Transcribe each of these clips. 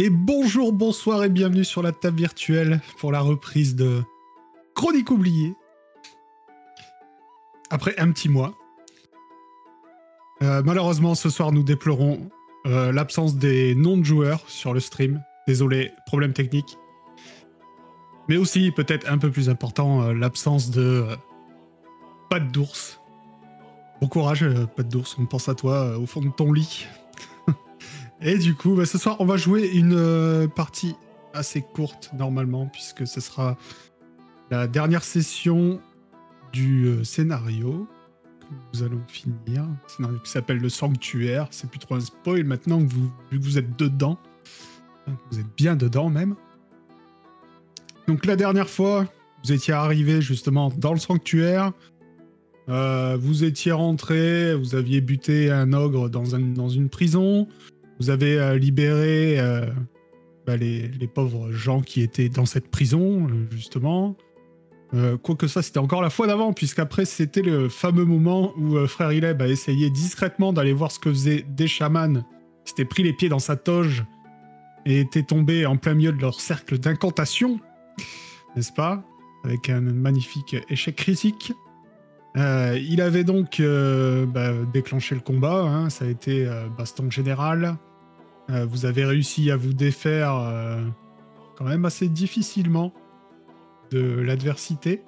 Et bonjour, bonsoir et bienvenue sur la table virtuelle pour la reprise de Chronique oubliée. Après un petit mois. Malheureusement, ce soir, nous déplorons l'absence des non-joueurs sur le stream. Désolé, problème technique. Mais aussi, peut-être un peu plus important, l'absence de Patte d'ours. Bon courage, Patte d'ours, on pense à toi au fond de ton lit. Et du coup, ce soir, on va jouer une partie assez courte, normalement, puisque ce sera la dernière session du scénario que nous allons finir. Un scénario qui s'appelle Le Sanctuaire. C'est plus trop un spoil maintenant, vu que vous êtes dedans. Vous êtes bien dedans, même. Donc, la dernière fois, vous étiez arrivé, justement, dans le Sanctuaire. Vous étiez rentré, vous aviez buté un ogre dans une prison. Vous avez libéré les pauvres gens qui étaient dans cette prison, justement. Quoique ça, c'était encore la fois d'avant, puisqu'après, c'était le fameux moment où Frère Ileb a essayé discrètement d'aller voir ce que faisaient des chamans qui s'étaient pris les pieds dans sa toge et étaient tombés en plein milieu de leur cercle d'incantation, n'est-ce pas? Avec un magnifique échec critique. Il avait donc déclenché le combat, hein, ça a été baston général. Vous avez réussi à vous défaire quand même assez difficilement de l'adversité.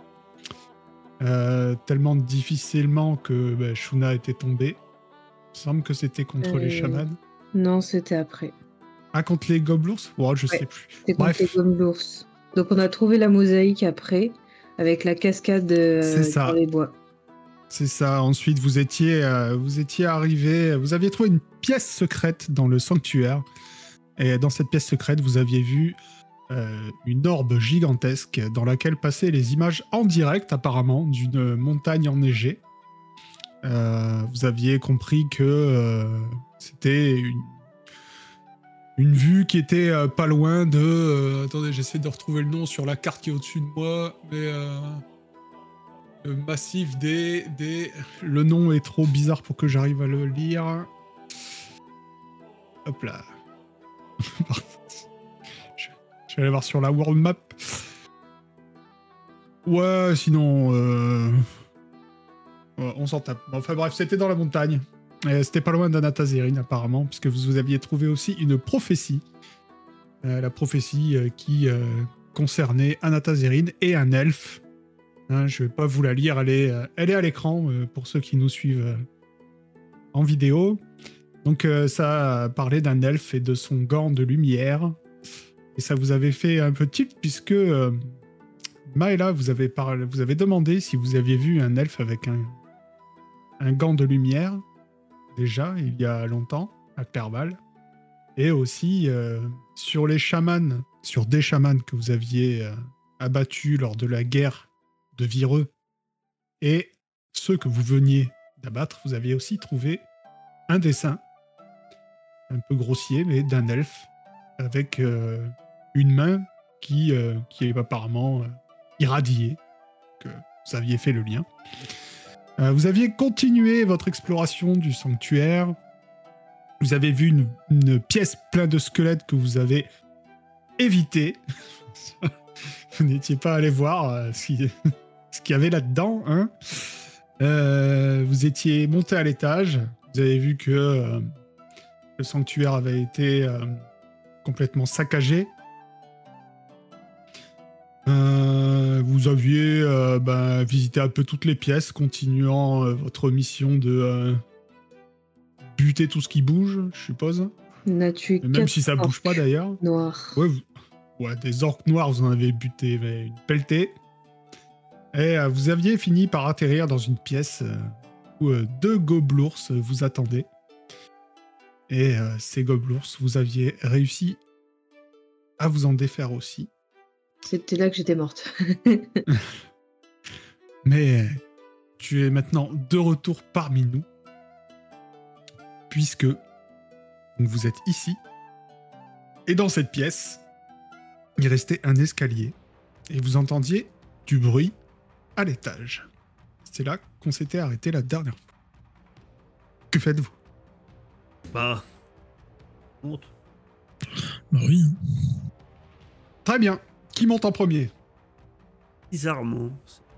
Tellement difficilement que Shuna était tombée. Il semble que c'était contre les chamans. Non, c'était après. Ah, contre les gobelours? Je sais plus. C'était contre les gobelours. Donc on a trouvé la mosaïque après, avec la cascade dans les bois. C'est ça. Ensuite, vous étiez arrivé. Vous aviez trouvé une pièce secrète dans le sanctuaire. Et dans cette pièce secrète, vous aviez vu une orbe gigantesque dans laquelle passaient les images en direct, apparemment, d'une montagne enneigée. Vous aviez compris que c'était une vue qui était pas loin de... attendez, j'essaie de retrouver le nom sur la carte qui est au-dessus de moi, mais... le massif des... Le nom est trop bizarre pour que j'arrive à le lire. Hop là. Je vais aller voir sur la world map. Ouais, sinon... on s'en tape. Enfin bref, c'était dans la montagne. C'était pas loin d'Anatazerine, apparemment, puisque vous aviez trouvé aussi une prophétie. La prophétie qui concernait Anatazerine et un elfe. Hein, je vais pas vous la lire, elle est à l'écran pour ceux qui nous suivent en vidéo. Donc ça parlait d'un elfe et de son gant de lumière. Et ça vous avait fait un peu tilt puisque Maëla vous avez demandé si vous aviez vu un elfe avec un gant de lumière, déjà, il y a longtemps, à Clerval. Et aussi sur des chamans que vous aviez abattus lors de la guerre de Vireux, et ceux que vous veniez d'abattre, vous aviez aussi trouvé un dessin, un peu grossier, mais d'un elfe, avec une main qui est apparemment irradiée, que vous aviez fait le lien. Vous aviez continué votre exploration du sanctuaire. Vous avez vu une pièce pleine de squelettes que vous avez évité. Vous n'étiez pas allé voir ce qu'il y avait là-dedans. Hein. Vous étiez monté à l'étage. Vous avez vu que le sanctuaire avait été complètement saccagé. Vous aviez visité un peu toutes les pièces, continuant votre mission de buter tout ce qui bouge, je suppose. Même si ça bouge pas d'ailleurs. Noirs. Ouais, des orques noirs, vous en avez buté une pelletée. Et vous aviez fini par atterrir dans une pièce où 2 gobelours vous attendaient. Et ces gobelours, vous aviez réussi à vous en défaire aussi. C'était là que j'étais morte. Mais tu es maintenant de retour parmi nous, puisque vous êtes ici. Et dans cette pièce, il restait un escalier. Et vous entendiez du bruit à l'étage. C'est là qu'on s'était arrêté la dernière fois. Que faites-vous? Monte. Bah oui. Très bien. Qui monte en premier? Bizarrement.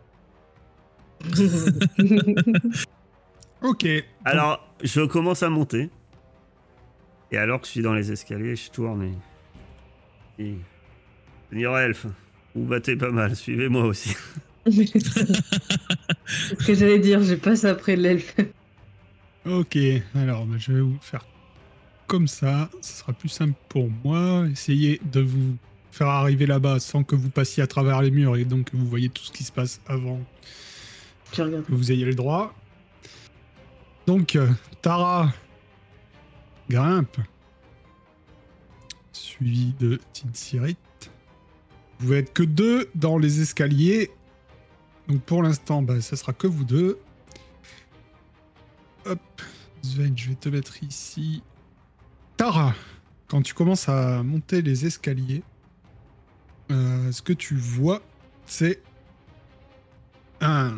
Ok. Alors, je commence à monter. Et alors que je suis dans les escaliers, je tourne et... Seigneur Elfe, vous battez pas mal, suivez-moi aussi. C'est ce que j'allais dire, je passe après l'elfe. Ok, alors je vais vous faire comme ça, ce sera plus simple pour moi. Essayez de vous faire arriver là-bas sans que vous passiez à travers les murs et donc que vous voyez tout ce qui se passe avant Je regarde. que vous ayez le droit. Donc, Tara grimpe, suivi de Tinsirit. Vous pouvez être que 2 dans les escaliers. Donc pour l'instant, ça sera que vous 2. Hop, Sven, je vais te mettre ici. Tara, quand tu commences à monter les escaliers, ce que tu vois, c'est un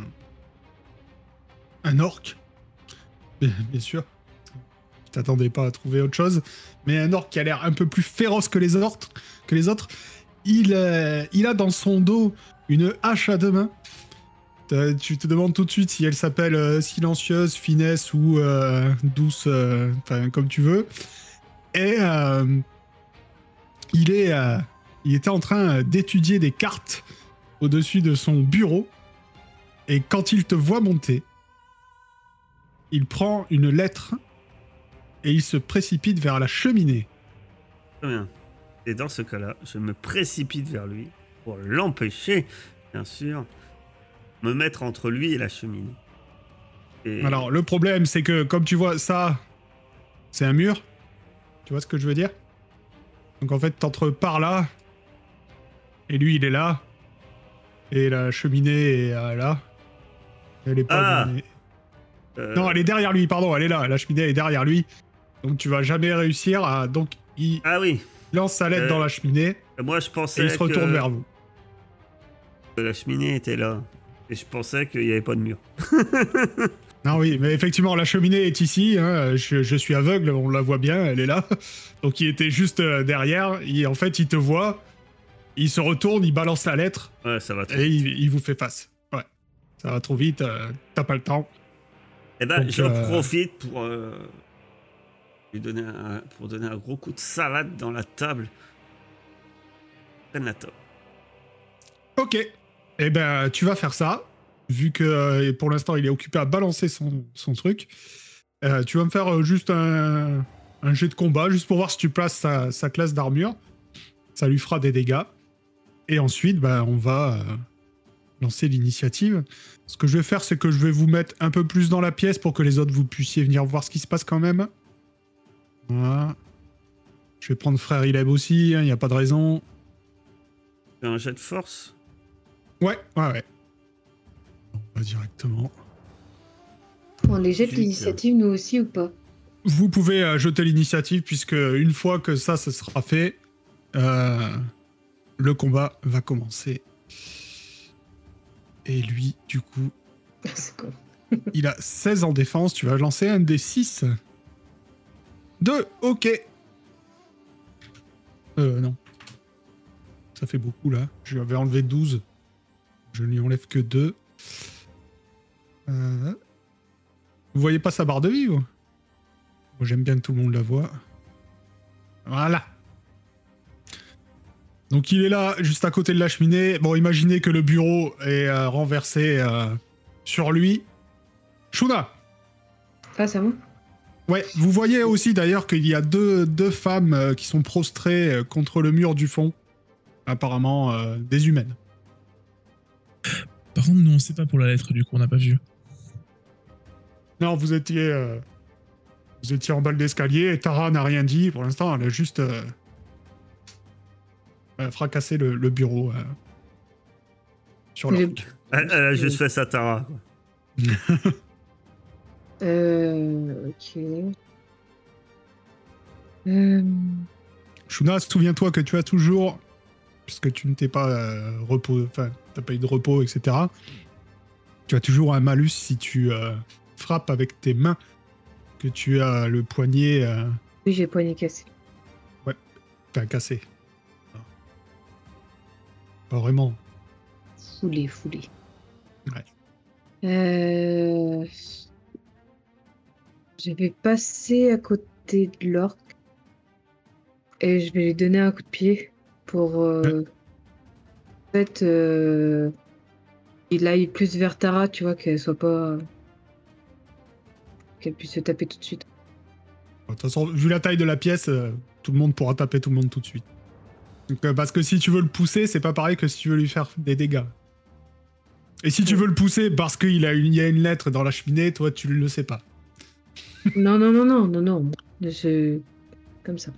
orc. Bien sûr. Je t'attendais pas à trouver autre chose. Mais un orc qui a l'air un peu plus féroce que les autres. Il a dans son dos une hache à 2 mains. Tu te demandes tout de suite si elle s'appelle silencieuse, finesse ou douce, comme tu veux. Et il était en train d'étudier des cartes au-dessus de son bureau. Et quand il te voit monter, il prend une lettre et il se précipite vers la cheminée. Très bien. Et dans ce cas-là, je me précipite vers lui pour l'empêcher, bien sûr, me mettre entre lui et la cheminée. Et... Alors, le problème, c'est que, comme tu vois, ça, c'est un mur. Tu vois ce que je veux dire? Donc, en fait, t'entres par là, et lui, il est là, et la cheminée est là. Elle est pas... Non, elle est derrière lui, pardon, elle est là. La cheminée est derrière lui. Donc, tu vas jamais réussir à... Donc, il lance sa lettre dans la cheminée, moi, je pensais et il se retourne vers vous. Que la cheminée était là. Et je pensais qu'il n'y avait pas de mur. Non, oui, mais effectivement, la cheminée est ici. Hein, je suis aveugle, on la voit bien, elle est là. Donc, il était juste derrière. En fait, il te voit. Il se retourne, il balance la lettre. Ouais, ça va trop vite. Et il vous fait face. Ouais. Ça va trop vite, t'as pas le temps. Eh ben, j'en profite pour donner un gros coup de salade dans la table. Renato. Ok. Eh ben, tu vas faire ça. Vu que pour l'instant, il est occupé à balancer son truc. Tu vas me faire juste un jet de combat, juste pour voir si tu places sa classe d'armure. Ça lui fera des dégâts. Et ensuite, on va lancer l'initiative. Ce que je vais faire, c'est que je vais vous mettre un peu plus dans la pièce pour que les autres, vous puissiez venir voir ce qui se passe quand même. Voilà. Je vais prendre Frère Ileb aussi, il n'y a pas de raison. Un jet de force? Ouais. On va directement. On les jette l'initiative, nous aussi, ou pas? Vous pouvez jeter l'initiative, puisque une fois que ça sera fait, le combat va commencer. Et lui, du coup, c'est con. Il a 16 en défense. Tu vas lancer un des 6. 2, ok. Non. Ça fait beaucoup, là. Je lui avais enlevé 12. Je ne lui enlève que 2. Vous voyez pas sa barre de vie, vous? Moi, j'aime bien que tout le monde la voit. Voilà. Donc, il est là, juste à côté de la cheminée. Bon, imaginez que le bureau est renversé sur lui. Shuna! Ah, c'est moi? Ouais, vous voyez aussi d'ailleurs qu'il y a deux femmes qui sont prostrées contre le mur du fond. Apparemment des humaines. Par contre, nous on sait pas pour la lettre, du coup on n'a pas vu. Non, vous étiez en bas de l'escalier et Tara n'a rien dit. Pour l'instant, elle a juste fracassé le bureau sur leur truc. Elle a juste fait ça, Tara. Ok. Shuna, souviens-toi que tu as toujours, puisque tu ne t'es pas t'as pas eu de repos, etc. Tu as toujours un malus si tu frappes avec tes mains, que tu as le poignet. Oui, j'ai le poignet cassé. Ouais. T'as cassé. Pas vraiment. Foulé. Ouais. Je vais passer à côté de l'orque et je vais lui donner un coup de pied pour en fait il aille plus vers Tara, tu vois, qu'elle soit pas qu'elle puisse se taper tout de suite. De toute façon, vu la taille de la pièce, tout le monde pourra taper tout le monde tout de suite. Donc, parce que si tu veux le pousser, c'est pas pareil que si tu veux lui faire des dégâts. Et si tu veux le pousser parce qu'il y a une lettre dans la cheminée, toi tu le sais pas. Non. Je... Comme ça.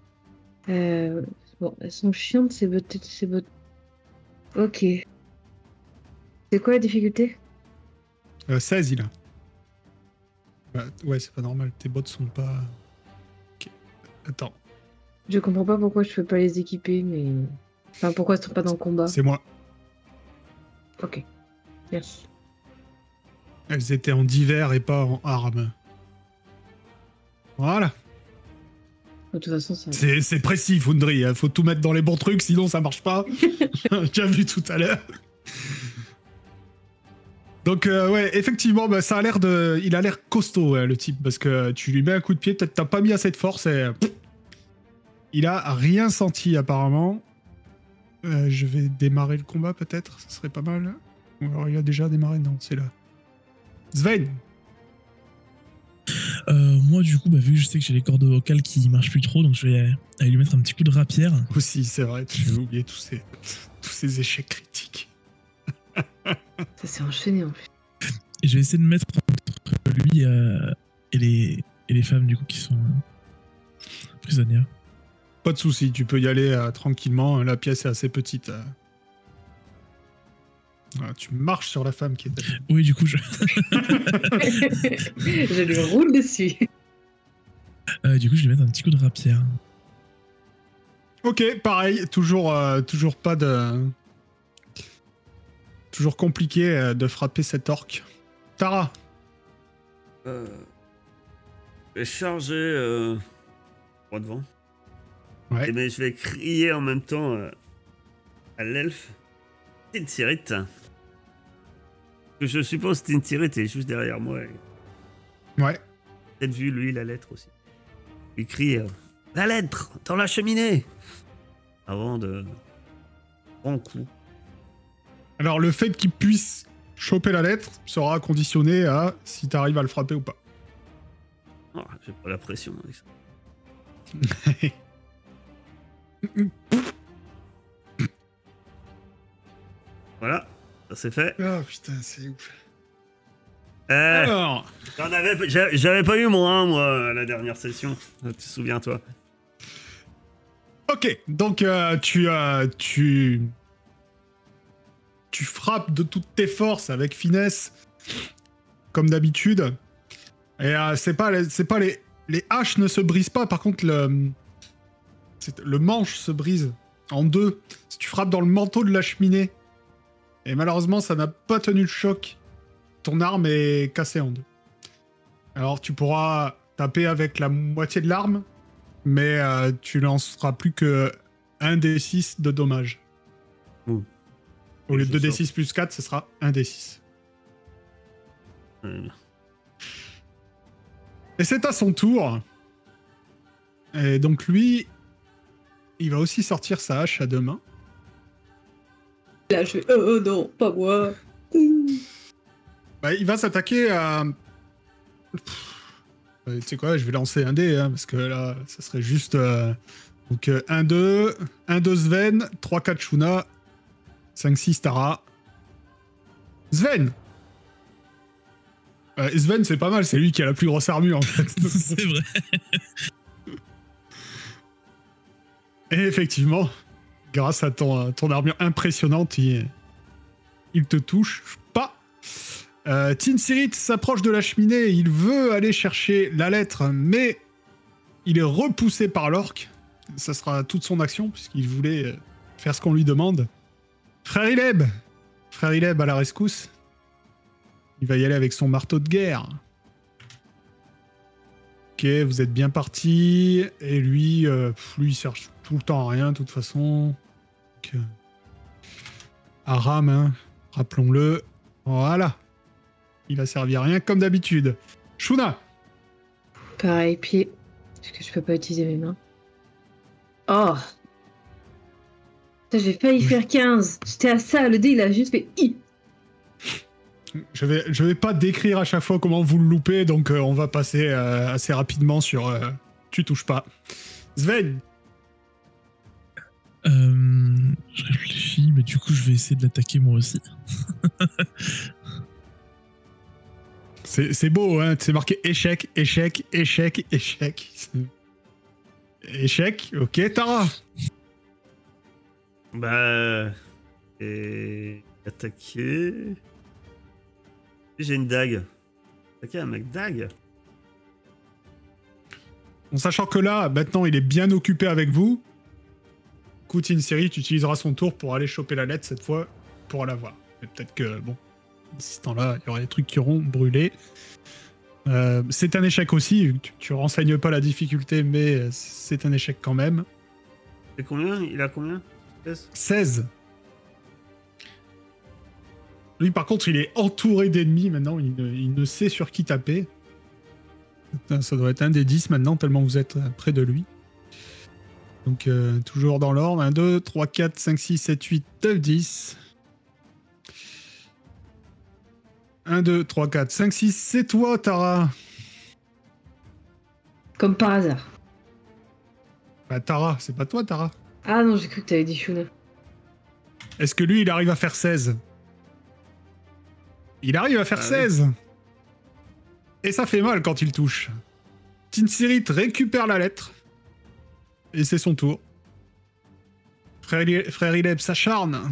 Bon, elles sont chiantes ces bottes. Ok. C'est quoi la difficulté? 16 il a. Bah, ouais, c'est pas normal, tes bottes sont pas... Ok. Attends. Je comprends pas pourquoi je peux pas les équiper, mais... Enfin, pourquoi elles sont pas dans le combat? C'est moi. Ok. Merci. Elles étaient en divers et pas en armes. Voilà. De toute façon, ça... C'est précis, Foundry. Hein. Faut tout mettre dans les bons trucs, sinon ça marche pas. J'ai vu tout à l'heure. Donc, ouais, effectivement, bah, ça a l'air de... Il a l'air costaud, le type, parce que tu lui mets un coup de pied, peut-être t'as pas mis assez de force et... il a rien senti, apparemment. Je vais démarrer le combat, peut-être. Ça serait pas mal. Ou alors, il a déjà démarré. Non, c'est là. Sven. Moi, du coup, vu que je sais que j'ai les cordes vocales qui marchent plus trop, donc je vais aller lui mettre un petit coup de rapière. Aussi, c'est vrai, tu as oublié tous ces échecs critiques. Ça s'est enchaîné, en fait. Et je vais essayer de mettre entre lui et les femmes, du coup, qui sont prisonnières. Pas de souci, tu peux y aller tranquillement. La pièce est assez petite. Voilà, tu marches sur la femme qui est... Oui, du coup, je lui roule dessus. du coup, je vais mettre un petit coup de rapière. Ok, pareil, toujours pas de... Toujours compliqué de frapper cet orque. Tara. Je vais charger droit devant. Ouais. Mais je vais crier en même temps à l'elfe. Tintirit. Je suppose Tintirit est juste derrière moi. Ouais. Peut-être vu lui la lettre aussi. Il crie la lettre dans la cheminée avant de prendre coup. Alors le fait qu'il puisse choper la lettre sera conditionné à si t'arrives à le frapper ou pas. Oh, j'ai pas la pression avec ça. Voilà, ça c'est fait. Oh putain, c'est ouf. Alors, j'avais pas eu mon 1 moi à la dernière session. Tu souviens-toi? Ok, donc tu frappes de toutes tes forces avec finesse, comme d'habitude. Et c'est pas les haches ne se brisent pas. Par contre, le manche se brise en deux. Si tu frappes dans le manteau de la cheminée, et malheureusement, ça n'a pas tenu le choc. Ton arme est cassée en deux. Alors, tu pourras taper avec la moitié de l'arme, mais tu lanceras plus que 1d6 de dommages. Ouh. Au lieu de 2d6 plus 4, ce sera 1d6. Et c'est à son tour. Et donc lui, il va aussi sortir sa hache à deux mains. Là, je fais oh non, pas moi. Bah, il va s'attaquer à... Tu sais quoi, je vais lancer un dé, hein, parce que là, ça serait juste... Donc 1-2, 1-2 Sven, 3-4 Shuna, 5-6 Tara. Sven! Sven, c'est pas mal, c'est lui qui a la plus grosse armure, en fait. C'est vrai. Et effectivement, grâce à ton armure impressionnante, il te touche pas. Tinsirit s'approche de la cheminée, il veut aller chercher la lettre, mais il est repoussé par l'orque. Ça sera toute son action, puisqu'il voulait faire ce qu'on lui demande. Frère Ileb à la rescousse. Il va y aller avec son marteau de guerre. Ok, vous êtes bien parti. Et lui, il cherche tout le temps à rien, de toute façon. Donc, Aram, hein, rappelons-le. Voilà. Il a servi à rien, comme d'habitude. Shuna. Pareil, pied. Parce que je peux pas utiliser mes mains. Oh! Putain, j'ai failli faire 15. J'étais à ça, le dé, il a juste fait I. Je vais pas décrire à chaque fois comment vous le loupez, donc on va passer assez rapidement sur tu touches pas. Sven. Je réfléchis, mais du coup, je vais essayer de l'attaquer moi aussi. C'est beau, hein, c'est marqué échec, échec, échec, échec. Échec, ok, Tara. Bah. Et. Attaquer. J'ai une dague. Attaquer un mec dague. En sachant que là, maintenant, il est bien occupé avec vous. Écoute, une série, tu utiliseras son tour pour aller choper la lettre cette fois, pour l'avoir. Mais peut-être que, bon, d'ici ce temps-là, il y aura des trucs qui auront brûlé. C'est un échec aussi. Tu renseignes pas la difficulté, mais c'est un échec quand même. C'est combien? Il a combien? 16. Lui, par contre, il est entouré d'ennemis maintenant. Il ne sait sur qui taper. Ça doit être un des 10 maintenant, tellement vous êtes près de lui. Donc, toujours dans l'ordre. 1, 2, 3, 4, 5, 6, 7, 8, 9, 10. 1, 2, 3, 4, 5, 6. C'est toi, Tara. Comme par hasard. Bah, Tara, c'est pas toi, Tara. Ah non, j'ai cru que t'avais dit Shuna. Est-ce que lui, il arrive à faire 16? Il arrive à faire 16. Et ça fait mal quand il touche. Tinsirit récupère la lettre. Et c'est son tour. Frère Ileb s'acharne.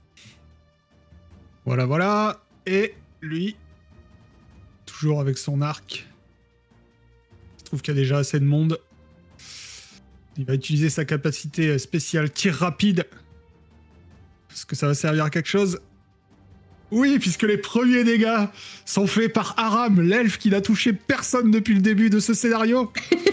Voilà, voilà. Et lui, toujours avec son arc. Il trouve qu'il y a déjà assez de monde. Il va utiliser sa capacité spéciale tir rapide. Est-ce que ça va servir à quelque chose? Oui, puisque les premiers dégâts sont faits par Aram, l'elfe qui n'a touché personne depuis le début de ce scénario.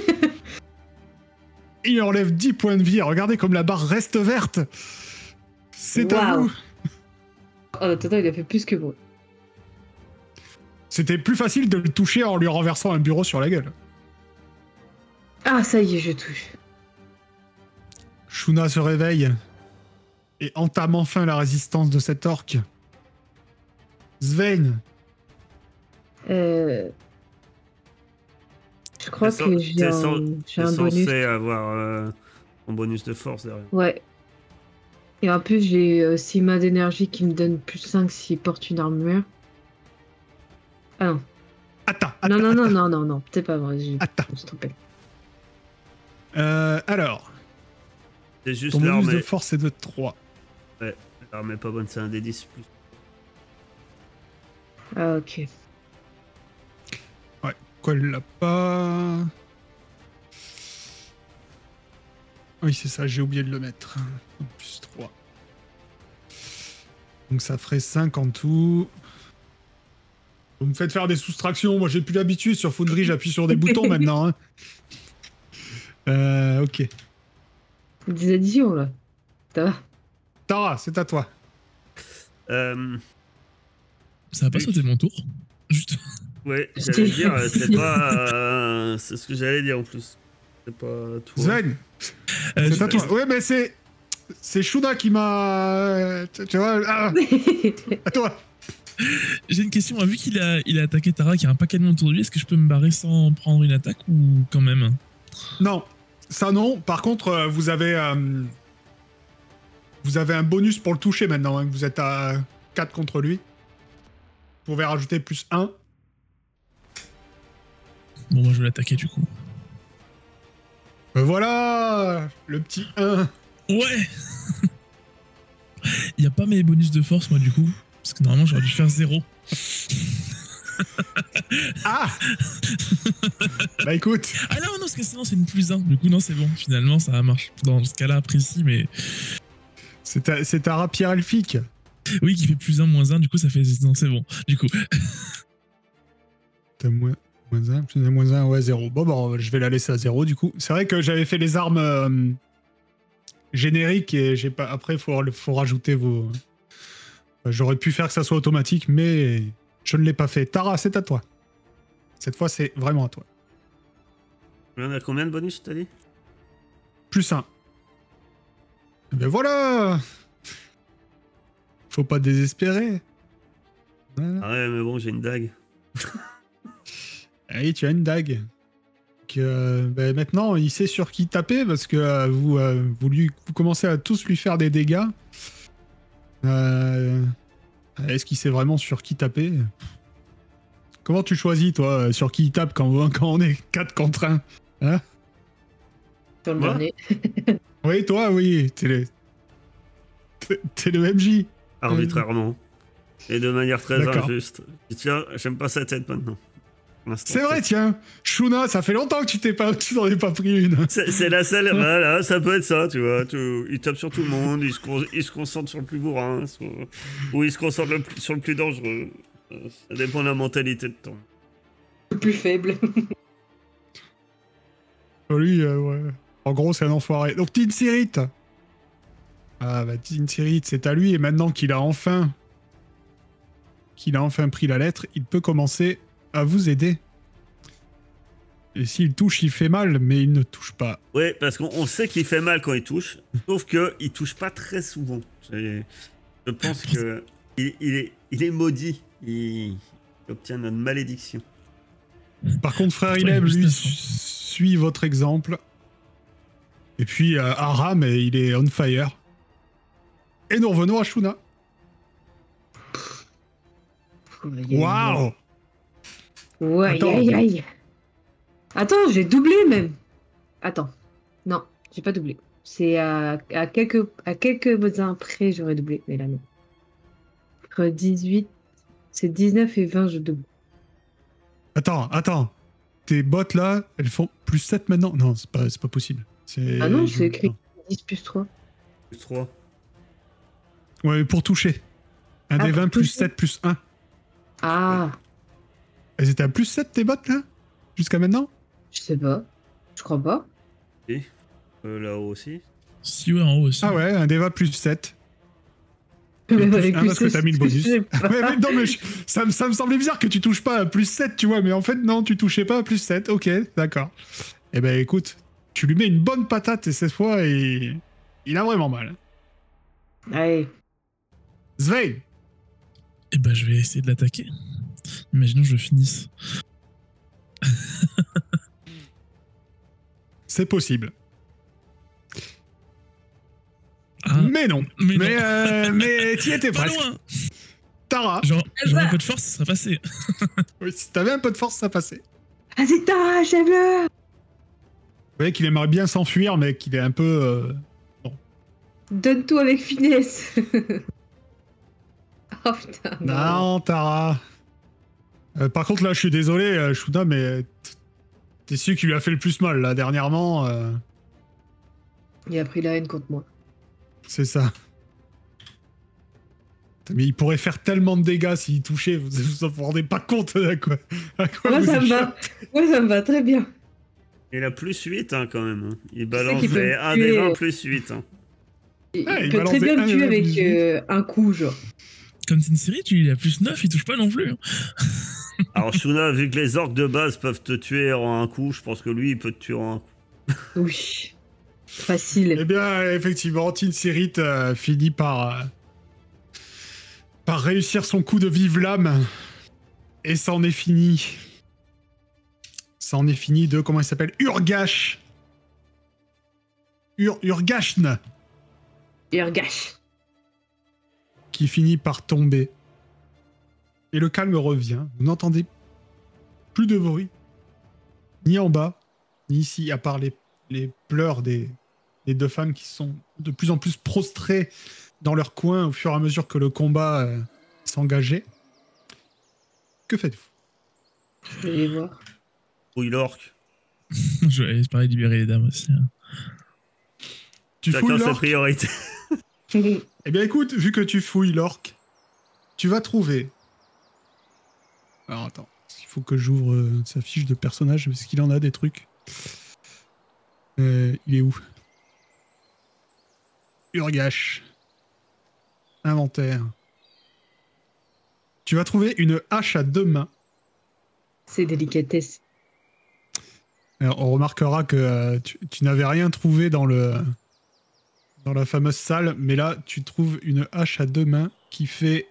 Il enlève 10 points de vie. Regardez comme la barre reste verte. C'est à Waouh. vous. Oh, Tata, il a fait plus que moi. C'était plus facile de le toucher en lui renversant un bureau sur la gueule. Ah, ça y est, je touche. Shuna se réveille et entame enfin la résistance de cet orc. Sven. Je crois que j'ai un bonus. censé avoir un bonus de force derrière. Ouais. Et en plus, j'ai 6 mains d'énergie qui me donnent plus 5 s'il porte une armure. Ah non. Attends. Non, c'est pas vrai. Je me suis trompé. Alors, C'est juste ton bonus l'arme. de force est de 3. Ouais, l'arme est pas bonne, c'est un des 10 plus. Ah, ok. Quoi, elle l'a pas... Oui, c'est ça, j'ai oublié de le mettre. Donc, plus 3. Donc ça ferait 5 en tout. Vous me faites faire des soustractions, moi j'ai plus l'habitude. Sur Foundry, j'appuie sur des boutons maintenant. Hein. Ok. Des additions, là. Ça va. Tara, c'est à toi. Ça va pas sauter mon tour. Juste. Ouais, j'allais dire, c'est pas. C'est ce que j'allais dire en plus. C'est pas toi. Sven, c'est à toi. Ouais, mais c'est Shuna qui m'a... Tu vois, à toi. J'ai une question. Vu qu'il a attaqué Tara qui a un paquet de monde autour de lui, est-ce que je peux me barrer sans prendre une attaque ou quand même? Non, ça non. Par contre, vous avez un bonus pour le toucher maintenant. Hein. Vous êtes à 4 contre lui. Vous pouvez rajouter plus 1. Bon, moi je vais l'attaquer du coup. Voilà, le petit 1. Ouais. Il y a pas mes bonus de force moi du coup. Parce que normalement j'aurais dû faire 0. Ah. Bah écoute. Ah non, parce que sinon c'est une plus 1. Du coup, non, c'est bon. Finalement, ça marche. Dans ce cas-là précis, mais. C'est ta rapière elfique. Oui, qui fait plus 1, moins 1. Du coup, ça fait. Non, c'est bon. Du coup. T'as moins 1, plus 1, moins 1, ouais, 0. Bon, je vais la laisser à 0 du coup. C'est vrai que j'avais fait les armes générique et j'ai pas. Après, faut rajouter vos. J'aurais pu faire que ça soit automatique, mais je ne l'ai pas fait. Tara, c'est à toi. Cette fois, c'est vraiment à toi. On a combien de bonus, t'as dit? +1. Ben voilà. Faut pas désespérer. Voilà. Ah ouais, mais bon, j'ai une dague. Allez, tu as une dague. Ben maintenant, il sait sur qui taper parce que vous commencez à tous lui faire des dégâts. Est-ce qu'il sait vraiment sur qui taper? Comment tu choisis, toi, sur qui il tape quand on est 4 contre 1? Hein? Sur le Moi dernier. Oui, toi, oui. T'es le MJ. Arbitrairement. Et de manière très D'accord. injuste. Tiens, j'aime pas sa tête maintenant. Pour l'instant, C'est vrai, tiens. Shuna, ça fait longtemps que tu n'en ai pas pris une. C'est la seule. Voilà, ça peut être ça, tu vois. Il tape sur tout le monde, il se concentre sur le plus bourrin, ou il se concentre sur le plus dangereux. Ça dépend de la mentalité de ton. Le plus faible. Lui, ouais. En gros, c'est un enfoiré. Donc, Tinsirit. Ah, bah, Tinsirit, c'est à lui. Et maintenant qu'il a enfin pris la lettre, il peut commencer à vous aider. Et s'il touche, il fait mal, mais il ne touche pas. Oui, parce qu'on sait qu'il fait mal quand il touche, sauf qu'il touche pas très souvent. Je pense que il est maudit. Il obtient notre malédiction. Par contre, Frère Ileb, lui, suit votre exemple. Et puis, Aram, il est on fire. Et nous revenons à Shuna. Waouh! Ouais, Attends. aïe. Attends, j'ai doublé même. Attends. Non, j'ai pas doublé. C'est à quelques uns près, j'aurais doublé. Mais là, non. Entre 18, c'est 19 et 20, je double. Attends. Tes bottes là, elles font +7 maintenant? Non, c'est pas possible. Ah non, c'est écrit non. 10 plus 3. Plus 3. Ouais, mais pour toucher. Un Ah, des 20 pour toucher. +7 +1. Ah, Elles étaient à +7 tes bottes là? Jusqu'à maintenant? je sais pas. Je crois pas. Et là-haut aussi. Si, ouais, en haut aussi. Ah ouais, un des 20 +7. Même plus avec un parce que t'as mis le bonus. je sais pas. Ouais, mais non, mais ça me semblait bizarre que tu touches pas à +7, tu vois, mais en fait, non, tu touchais pas à +7. Ok, d'accord. Eh ben, écoute, tu lui mets une bonne patate et cette fois, il a vraiment mal. Allez. Svein, Et bah, je vais essayer de l'attaquer. Imaginons que je finisse. c'est possible. Ah, Mais non. mais non. Mais t'y étais pas presque. loin. Tara, Genre, j'aurais bah. un peu de force, ça serait passé. oui, si t'avais un peu de force, ça passait. Vas-y, Tara, achève-le. Vous voyez qu'il aimerait bien s'enfuir, mais qu'il est un peu... Donne tout avec finesse. Oh putain. Non, Tara. Par contre, là, je suis désolé, Shuna, mais t'es celui qui lui a fait le plus mal, là, dernièrement. Il a pris la haine contre moi. C'est ça. Mais il pourrait faire tellement de dégâts s'il touchait, vous vous rendez pas compte à quoi Moi, vous ça me échappez. va. Moi, ça me va très bien. Il a +8 hein, quand même. Hein. Il balance qu'il peut les me 1 des tuer. 20 +8. Hein. Il Ouais, il peut balance très des bien me 1 tuer et avec 18. un coup, genre. Comme c'est une série, il a +9, il touche pas non plus. Alors Shuna, vu que les orques de base peuvent te tuer en un coup, je pense que lui, il peut te tuer en un coup. Oui. Eh Facile. bien, effectivement, Tinsirit finit par réussir son coup de vive lame. Et c'en est fini. C'en est fini de, comment il s'appelle, Urgash. Urgashn, Il regache. qui finit par tomber. Et le calme revient. Vous n'entendez plus de bruit. Ni en bas, ni ici, à part les pleurs des deux femmes qui sont de plus en plus prostrées dans leur coin au fur et à mesure que le combat s'engageait. Que faites-vous? Je vais les voir. Fouille l'orque. Je vais pareil libérer les dames aussi. Hein. Tu fouilles Chacun ses l'orque? priorités. Eh bien écoute, vu que tu fouilles l'orque, tu vas trouver... Alors attends, il faut que j'ouvre sa fiche de personnage, parce qu'il en a des trucs. Il est où? Urgash. Inventaire. Tu vas trouver une hache à 2 mains. C'est délicatesse. Alors, on remarquera que tu n'avais rien trouvé dans la fameuse salle, mais là, tu trouves une hache à 2 mains qui fait...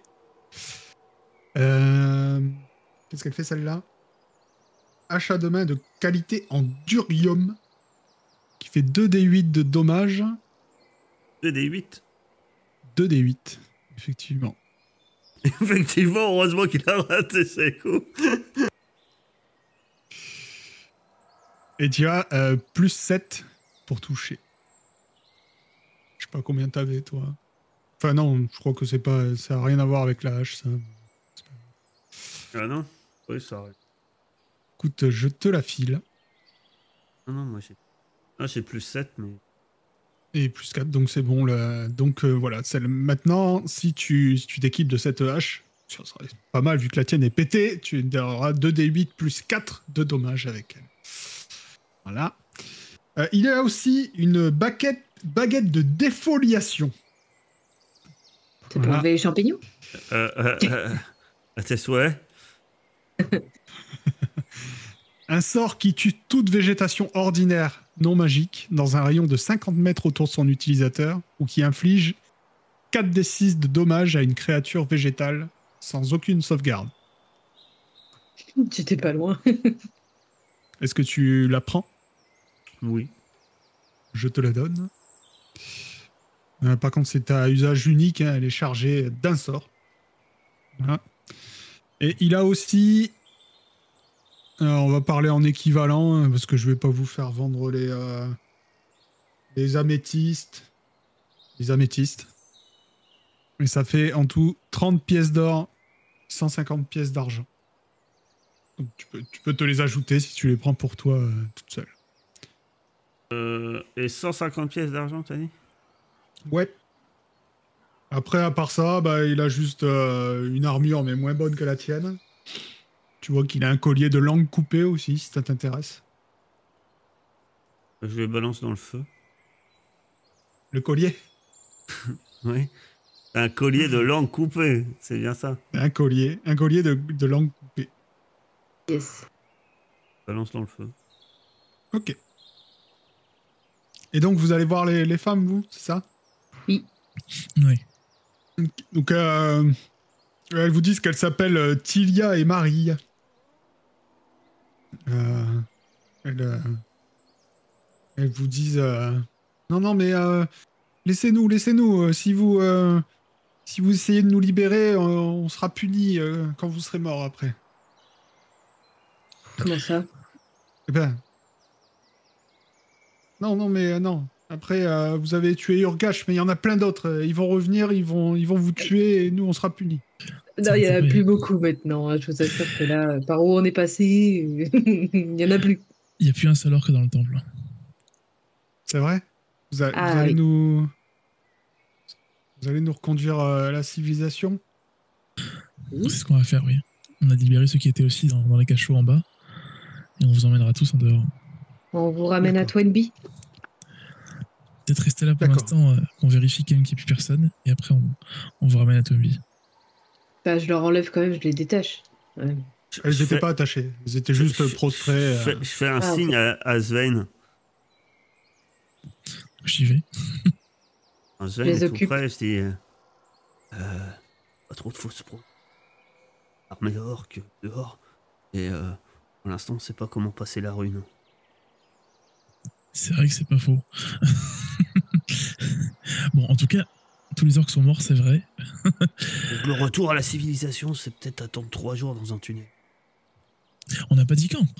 Qu'est-ce qu'elle fait celle-là? Hache à 2 mains de qualité en durium qui fait 2d8 de dommages. 2d8. 2d8, effectivement. Effectivement, heureusement qu'il a raté ses coups. Et tu as plus 7 pour toucher. Je sais pas combien t'avais, toi. Enfin non, je crois que ça n'a rien à voir avec la hache, ça. Ah non? Oui, ça arrive. Écoute, je te la file. Non, moi j'ai plus 7, mais... Et plus 4, donc c'est bon. Donc voilà, maintenant, si tu t'équipes de cette hache, ça serait pas mal vu que la tienne est pétée, tu auras 2d8 plus 4 de dommages avec elle. Voilà. Il y a aussi une baguette de défoliation. C'est pour enlever les champignons? À tes souhaits. Un sort qui tue toute végétation ordinaire non magique dans un rayon de 50 mètres autour de son utilisateur ou qui inflige 4d6 de dommages à une créature végétale sans aucune sauvegarde. J'étais pas loin. Est-ce que tu la prends? Oui. Je te la donne. Par contre, c'est à usage unique, hein, elle est chargée d'un sort. Voilà. Et il a aussi... on va parler en équivalent, hein, parce que je vais pas vous faire vendre les améthystes. Les améthystes. Et ça fait en tout 30 pièces d'or, 150 pièces d'argent. Donc tu peux te les ajouter si tu les prends pour toi toute seule. Et 150 pièces d'argent, t'as dit? Ouais. Après, à part ça, bah, il a juste une armure, mais moins bonne que la tienne. Tu vois qu'il a un collier de langue coupée aussi, si ça t'intéresse. Je les balance dans le feu. Le collier? Oui. Un collier de langue coupée, c'est bien ça. Un collier de langue coupée. Yes. Balance dans le feu. Ok. Et donc, vous allez voir les femmes, vous, c'est ça? Oui. Oui. Donc, elles vous disent qu'elles s'appellent Tilia et Marie. Elles vous disent non, mais laissez-nous. Si vous essayez de nous libérer, on sera punis quand vous serez morts après. Comment ça? Eh ben. Non, mais non. Après, vous avez tué Urgash, mais il y en a plein d'autres. Ils vont revenir, ils vont vous tuer et nous, on sera punis. Non, il n'y en a plus beaucoup maintenant, hein. Je vous assure que là, par où on est passé, il n'y en a plus. Il n'y a plus un seul orque dans le temple. C'est vrai? Vous allez oui. nous reconduire à la civilisation? C'est ce qu'on va faire, oui. On a libéré ceux qui étaient aussi dans les cachots en bas. Et on vous emmènera tous en dehors. On vous ramène à Twenby? Peut-être rester là pour l'instant, qu'on vérifie quand même qu'il n'y ait plus personne. Et après, on vous ramène à Twenby. Bah, je leur enlève quand même, je les détache. Ouais. Elles n'étaient pas attachées. Elles étaient juste prostrées. Je fais un signe à Svein. J'y vais. Svein est tout près, je dis... pas trop de fausses pro. Armée d'orques dehors. Et pour l'instant, on sait pas comment passer la rue, non. C'est vrai que c'est pas faux. Bon, en tout cas, tous les orques sont morts, c'est vrai. Le retour à la civilisation, c'est peut-être attendre 3 jours dans un tunnel. On n'a pas dit quand.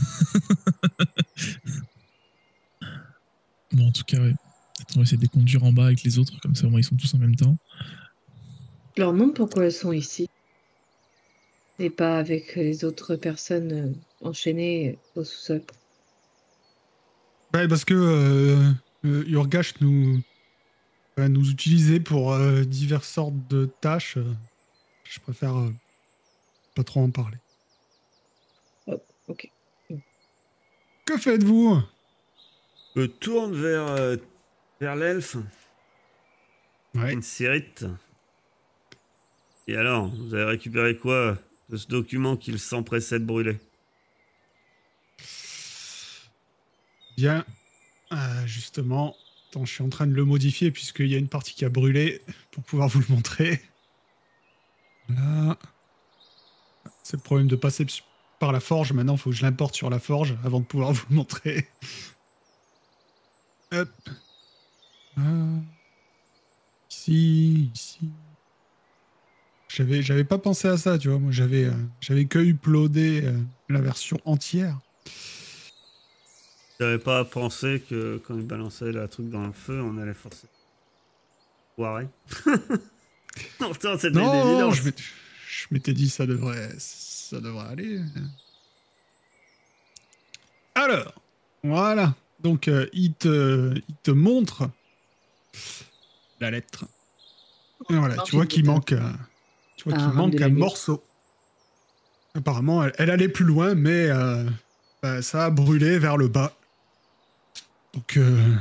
Bon, en tout cas, ouais. On va essayer de les conduire en bas avec les autres, comme ça au moins ils sont tous en même temps. Je leur demande pourquoi elles sont ici. Et pas avec les autres personnes enchaînées au sous-sol. Ouais, parce que Urgash nous utilisait pour diverses sortes de tâches. Je préfère pas trop en parler. Oh, ok. Que faites-vous? Je tourne vers l'elfe. Ouais. Une sérite. Et alors, vous avez récupéré quoi de ce document qu'il s'empressait de brûler? Bien. Justement, attends, je suis en train de le modifier puisqu'il y a une partie qui a brûlé pour pouvoir vous le montrer. Là. C'est le problème de passer par la forge. Maintenant, il faut que je l'importe sur la forge avant de pouvoir vous le montrer. Hop. Ah. Ici. J'avais pas pensé à ça, tu vois. Moi, j'avais que uploadé la version entière. J'avais pas pensé que quand il balançait la truc dans le feu, on allait forcément foirer. Pourtant, c'était une Non, évidence. je m'étais dit ça devrait aller. Alors, voilà. Donc, il te montre la lettre. Et voilà, Non, j'ai une méthode. tu vois qu'il Un rame de manque un la gueule. morceau. Apparemment, elle allait plus loin, mais bah, ça a brûlé vers le bas. Donc,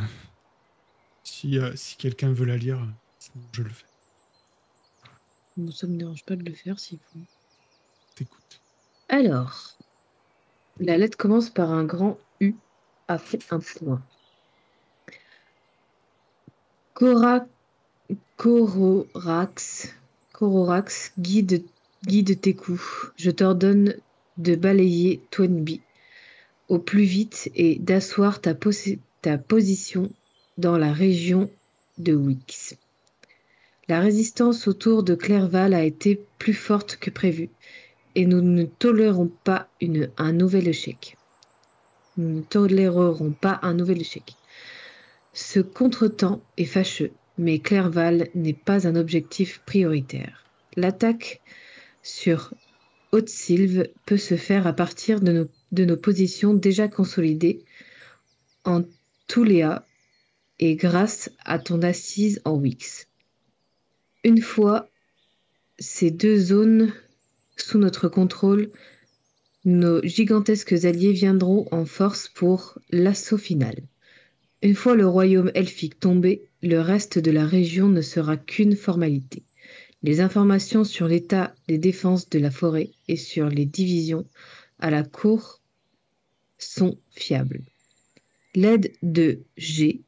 si quelqu'un veut la lire, sinon je le fais. Bon, ça me dérange pas de le faire s'il faut. T'écoutes. Alors, la lettre commence par un grand U après un point. Cora, Cororax, Cororax, guide tes coups. Je t'ordonne de balayer Toynbee au plus vite et d'asseoir ta position dans la région de Wix. La résistance autour de Clerval a été plus forte que prévu et nous ne tolérerons pas un nouvel échec. Nous ne tolérerons pas un nouvel échec. Ce contretemps est fâcheux, mais Clerval n'est pas un objectif prioritaire. L'attaque sur Haute-Sylve peut se faire à partir de nos positions déjà consolidées en Touléa et grâce à ton assise en Wix. Une fois ces deux zones sous notre contrôle, nos gigantesques alliés viendront en force pour l'assaut final. Une fois le royaume elfique tombé, le reste de la région ne sera qu'une formalité. Les informations sur l'état des défenses de la forêt et sur les divisions à la cour sont fiables. L'aide de G,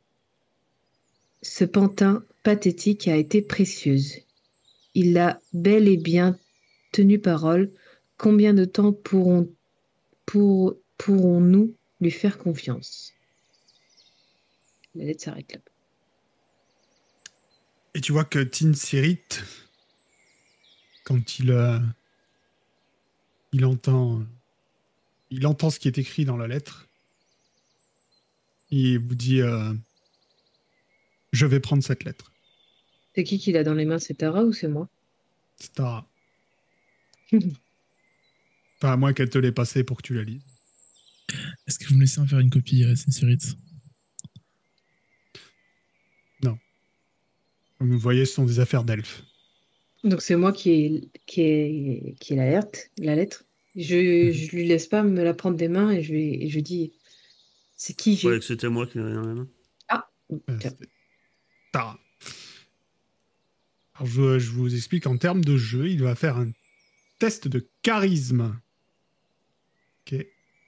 ce pantin pathétique, a été précieuse. Il a bel et bien tenu parole. Combien de temps pourrons-nous lui faire confiance? La lettre s'arrête là. Et tu vois que Tin Sirit, quand il entend, il entend ce qui est écrit dans la lettre, il vous dit je vais prendre cette lettre. C'est qui l'a dans les mains? C'est Tara ou c'est moi? C'est Tara. Pas à moins qu'elle te l'ait passé pour que tu la lises. Est-ce que vous me laissez en faire une copie, Sincerit? Non. Comme vous voyez, ce sont des affaires d'elfes. Donc c'est moi qui ai la lettre. Je lui laisse pas me la prendre des mains et je dis c'est qui Je croyais j'ai. que c'était moi qui l'avais dans la main. Ah, tiens. C'était Tara. Alors, je vous explique en termes de jeu, il va faire un test de charisme. Ok.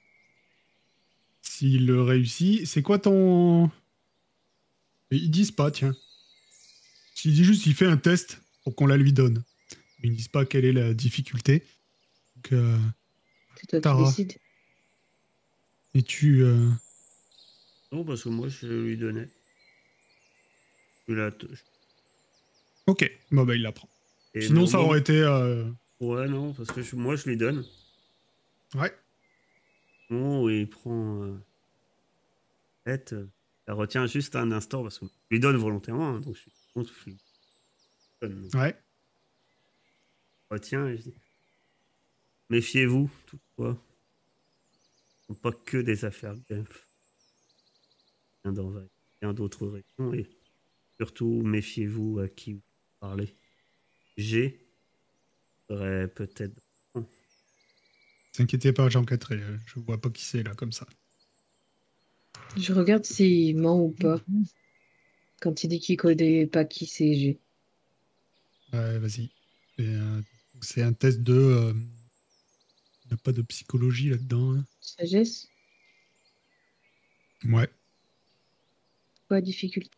S'il le réussit, c'est quoi ton. Ils disent pas, tiens. S'il dit juste, il fait un test pour qu'on la lui donne. Ils ne disent pas quelle est la difficulté. Donc, C'est toi qui Tara, décides. et tu. Non, parce que moi, je lui donnais. Je la touche. Ok, bon, bah, il la prend. Et Sinon, au ça moment- aurait été. Ouais, non, parce que moi, je lui donne. Ouais. Au moment où il prend tête, elle retient juste un instant, parce que je lui donne volontairement, hein, donc je suis contre, je lui donne. Donc, Ouais. je retiens et je dis méfiez-vous, toutefois. Ce ne sont pas que des affaires d'elfes. Il y en a dans bien d'autres régions, et surtout, méfiez-vous à qui vous parlez. G serait peut-être. T'inquiétez pas, Jean Catré, je vois pas qui c'est là, comme ça. Je regarde s'il ment ou pas. quand il dit qu'il connaît pas qui c'est G. Ouais, vas-y. C'est un test de... Il n'y a pas de psychologie là-dedans. Hein. Sagesse? Ouais. Quoi, difficulté?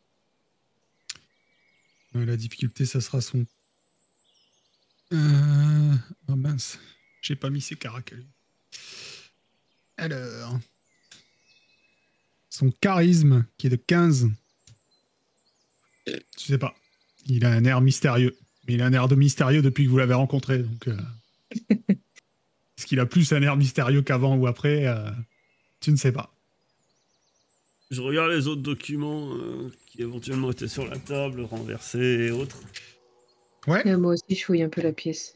La difficulté, ça sera son... Oh mince. J'ai pas mis ses caractères. Alors... Son charisme, qui est de 15. Je sais pas. Il a un air mystérieux. Mais il a un air de mystérieux depuis que vous l'avez rencontré. Donc, est-ce qu'il a plus un air mystérieux qu'avant ou après tu ne sais pas. Je regarde les autres documents qui éventuellement étaient sur la table, renversés et autres. Ouais. Moi aussi, je fouille un peu la pièce.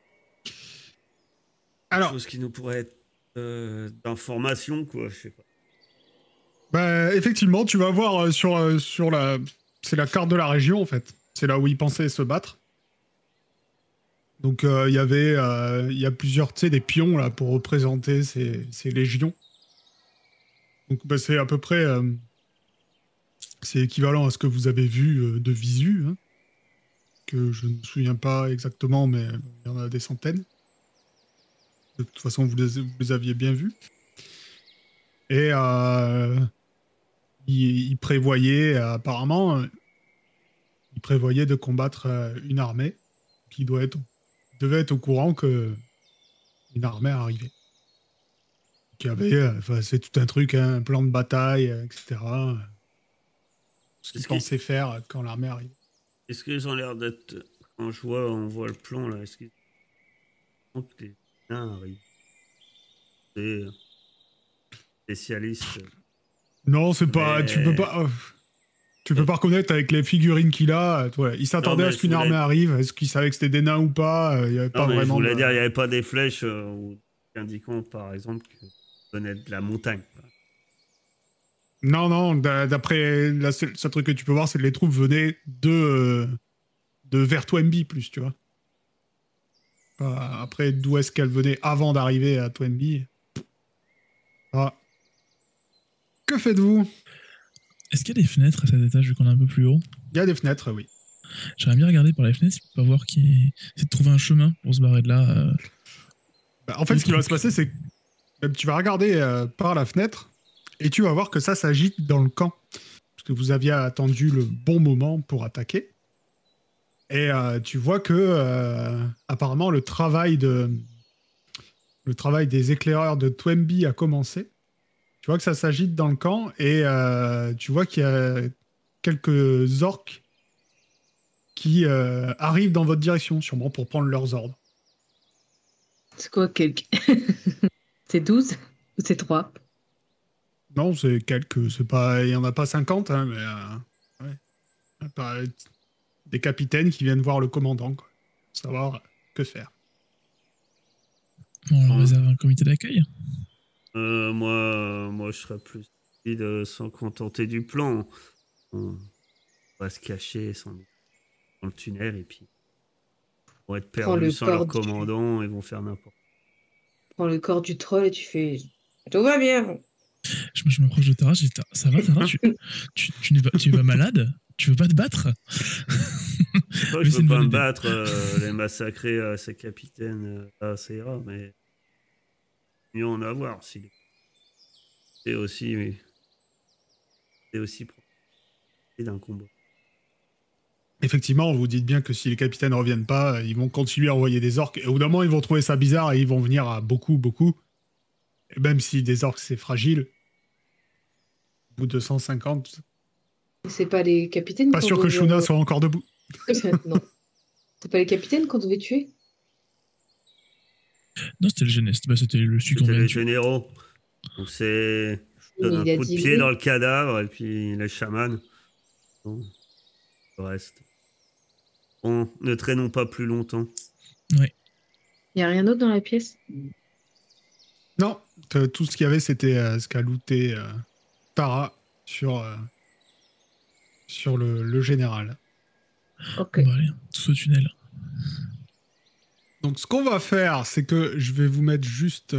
Alors, chose qui nous pourrait être d'information, quoi, je sais pas. Bah, effectivement, tu vas voir sur la... C'est la carte de la région, en fait. C'est là où ils pensaient se battre. Donc, il y a plusieurs, tu sais, des pions, là, pour représenter ces légions. Donc, bah, c'est à peu près... c'est équivalent à ce que vous avez vu de visu, hein, que je ne me souviens pas exactement, mais il y en a des centaines. De toute façon, vous les aviez bien vus. Et il prévoyait, apparemment, il prévoyait de combattre une armée qui devait être au courant que une armée arrivait. Qu'il y avait, c'est tout un truc, hein, un plan de bataille, etc. Ce qu'ils pensaient faire quand l'armée arrive. Est-ce qu'ils ont l'air d'être... Quand on voit le plan, là, est-ce qu'ils ont que les nains arrivent? Des spécialistes. Non, c'est pas... Tu peux pas... Tu peux pas reconnaître avec les figurines qu'il a. Ouais, il s'attendait à ce qu'une armée arrive. Est-ce qu'il savait que c'était des nains ou pas? Il y avait pas vraiment. Je voulais dire, il n'y avait pas des flèches indiquant, par exemple, que venaient de la montagne. Non, d'après le seul truc que tu peux voir, c'est que les troupes venaient de vers Toynbee, plus, tu vois. Après, d'où est-ce qu'elles venaient avant d'arriver à Toynbee? Ah. Que faites-vous? Est-ce qu'il y a des fenêtres à cet étage vu qu'on est un peu plus haut? Il y a des fenêtres, oui. J'aimerais bien regarder par les fenêtres pour voir c'est de trouver un chemin pour se barrer de là. Bah, en fait, ce qui va se passer, c'est que tu vas regarder par la fenêtre et tu vas voir que ça s'agite dans le camp. Parce que vous aviez attendu le bon moment pour attaquer. Et tu vois que, apparemment, le travail des éclaireurs de Toynbee a commencé. Tu vois que ça s'agite dans le camp et tu vois qu'il y a quelques orques qui arrivent dans votre direction, sûrement pour prendre leurs ordres. C'est quoi, quelques? C'est 12 ou c'est 3? Non, c'est quelques. C'est pas, il n'y en a pas 50, hein, mais ouais. Des capitaines qui viennent voir le commandant, quoi, pour savoir que faire. On réserve un comité d'accueil. Moi, je serais plus de s'en contenter du plan. On va se cacher dans le tunnel et puis ils vont être perdus sans leur commandant et vont faire n'importe quoi. Prends le corps du troll et tu fais tout va bien. Je m'approche de Tara, je dis ça va Tara, tu vas malade? Tu veux pas te battre? Moi, je veux pas me battre, les massacrer ces capitaines, ça ira, mais mieux en avoir. C'est aussi d'un combat. Effectivement, vous dites bien que si les capitaines ne reviennent pas, ils vont continuer à envoyer des orques. Et au bout d'un moment, ils vont trouver ça bizarre et ils vont venir à beaucoup. Et même si des orques, c'est fragile, au bout de 150... C'est pas les capitaines Pas sûr que Shuna soit encore debout. Non. C'est pas les capitaines qu'on devait tuer? Non, c'était le géneste. Bah, c'était le celui qu'on C'était vient les de tuer. généraux. Donc c'est... Je donne un coup de pied dans le cadavre et puis les chamans. Bon, le reste. Bon, ne traînons pas plus longtemps. Ouais. Y a rien d'autre dans la pièce? Non, tout ce qu'il y avait, c'était ce qu'a looté Tara sur le général. Ok. Bon, allez, tout au tunnel. Donc, ce qu'on va faire, c'est que je vais vous mettre juste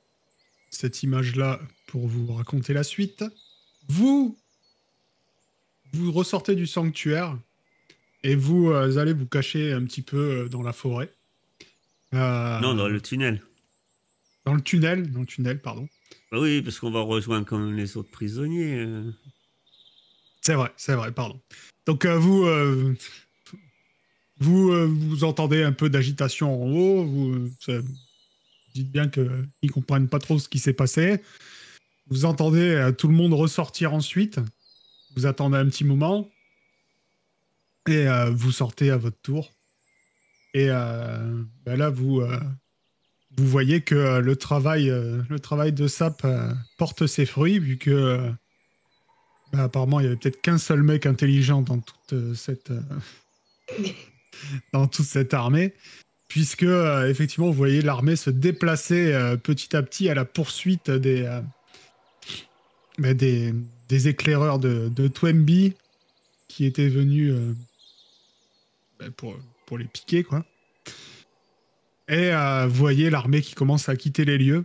cette image-là pour vous raconter la suite. Vous vous ressortez du sanctuaire et vous allez vous cacher un petit peu dans la forêt. Non, dans le tunnel. Dans le tunnel, pardon. Bah oui, parce qu'on va rejoindre quand même les autres prisonniers. C'est vrai, pardon. Donc vous entendez un peu d'agitation en haut, vous dites bien qu'ils ne comprennent pas trop ce qui s'est passé. Vous entendez tout le monde ressortir ensuite. Vous attendez un petit moment. Et vous sortez à votre tour. Et là, vous voyez que le travail de Sap porte ses fruits, vu que apparemment, il y avait peut-être qu'un seul mec intelligent dans toute cette armée. Puisque, effectivement, vous voyez l'armée se déplacer petit à petit à la poursuite des éclaireurs de Twemby qui étaient venus pour les piquer, quoi. Et vous voyez l'armée qui commence à quitter les lieux.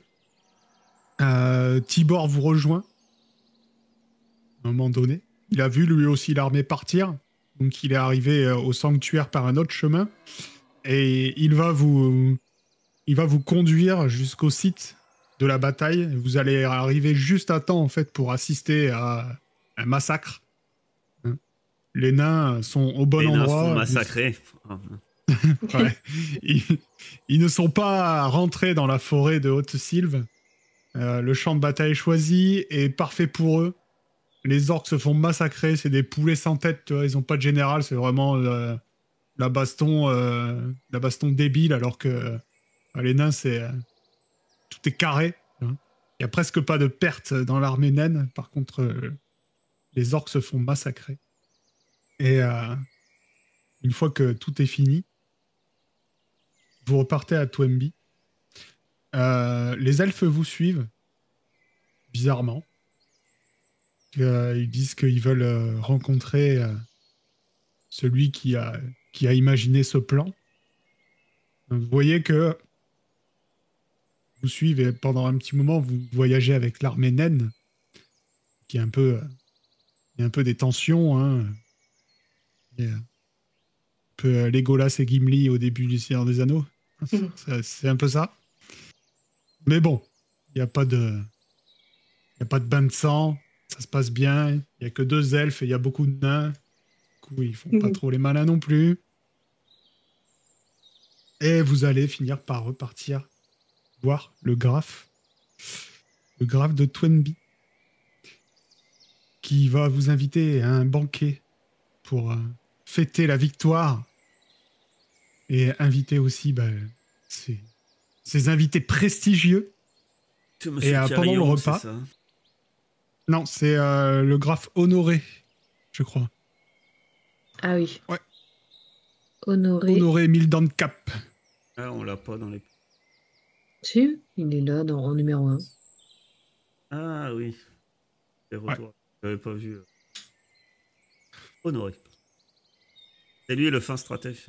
Tibor vous rejoint à un moment donné. Il a vu lui aussi l'armée partir. Donc il est arrivé au sanctuaire par un autre chemin. Et il va vous conduire jusqu'au site de la bataille. Vous allez arriver juste à temps en fait pour assister à un massacre. Les nains sont au bon endroit. Les nains sont massacrés. Ouais. Ils ne sont pas rentrés dans la forêt de Haute-Sylve. Le champ de bataille choisi est parfait pour eux. Les orques se font massacrer. C'est des poulets sans tête. Tu vois, ils n'ont pas de général. C'est vraiment la baston débile. Alors que les nains, tout est carré. Il n'y a presque pas de pertes dans l'armée naine. Par contre, les orques se font massacrer. Et une fois que tout est fini, vous repartez à Twemby. Les elfes vous suivent, bizarrement. Ils disent qu'ils veulent rencontrer celui qui a imaginé ce plan. Donc, vous voyez que vous suivez pendant un petit moment, vous voyagez avec l'armée naine, qui est un peu des tensions. Hein. Et, un peu Legolas et Gimli au début du Seigneur des Anneaux. C'est un peu ça. Mais bon, il n'y a pas de bain de sang, ça se passe bien, il n'y a que 2 elfes et il y a beaucoup de nains. Du coup, ils font pas trop les malins non plus. Et vous allez finir par repartir voir le graphe de Twemby, qui va vous inviter à un banquet pour fêter la victoire et inviter aussi ses invités prestigieux. Et pendant le repas... C'est ça ? Non, c'est le graphe Honoré, je crois. Ah oui. Ouais. Honoré Mildancap. Ah, on l'a pas dans les... Si, il est là en numéro 1. Ah oui. Les retours. Ouais. J'avais pas vu. Honoré. C'est lui le fin stratège.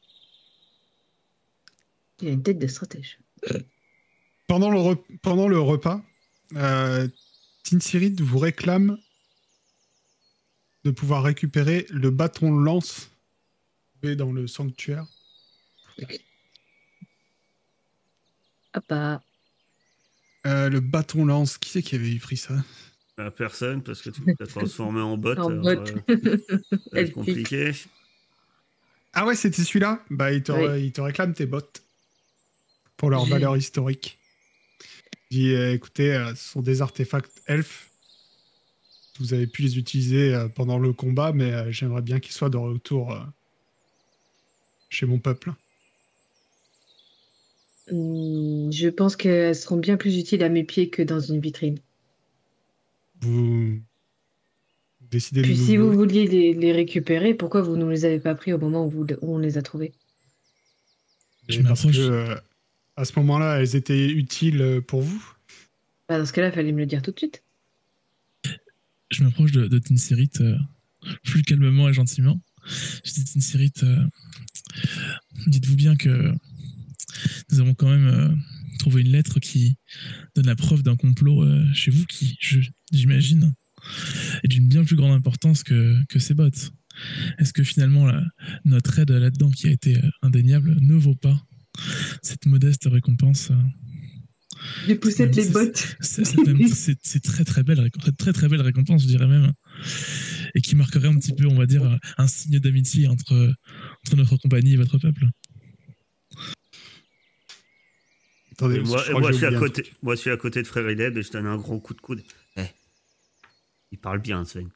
Il a une tête de stratège. Pendant le repas, Tinsirid vous réclame de pouvoir récupérer le bâton lance dans le sanctuaire. Okay. Ah bah. Le bâton lance, qui c'est qui avait pris ça ? Personne, parce que tu t'as transformé en bot. En bot. C'est compliqué. Ah ouais, c'était celui-là ? Bah, il te réclame tes bottes pour leur valeur historique. Il dit, écoutez, ce sont des artefacts elfes. Vous avez pu les utiliser pendant le combat, mais j'aimerais bien qu'ils soient de retour chez mon peuple. Je pense qu'elles seront bien plus utiles à mes pieds que dans une vitrine. Vous décidez de Puis nous... si vous vouliez les récupérer, pourquoi vous ne les avez pas pris au moment où on les a trouvés ? Parce que à ce moment-là, elles étaient utiles pour vous. Bah dans ce cas-là, il fallait me le dire tout de suite. Je m'approche de Tinsirit plus calmement et gentiment. Je dis Tinsirit, dites-vous bien que nous avons quand même trouvé une lettre qui donne la preuve d'un complot chez vous qui, j'imagine, est d'une bien plus grande importance que ces bots. Est-ce que finalement notre aide là-dedans, qui a été indéniable, ne vaut pas cette modeste récompense Les poussettes, les bottes. C'est très très belle, très belle récompense, je dirais même, et qui marquerait un petit peu, on va dire, un signe d'amitié entre notre compagnie et votre peuple. Attendez, Moi, je suis à côté de Frère Ileb et je donne un gros coup de coude. Il parle bien, Sven.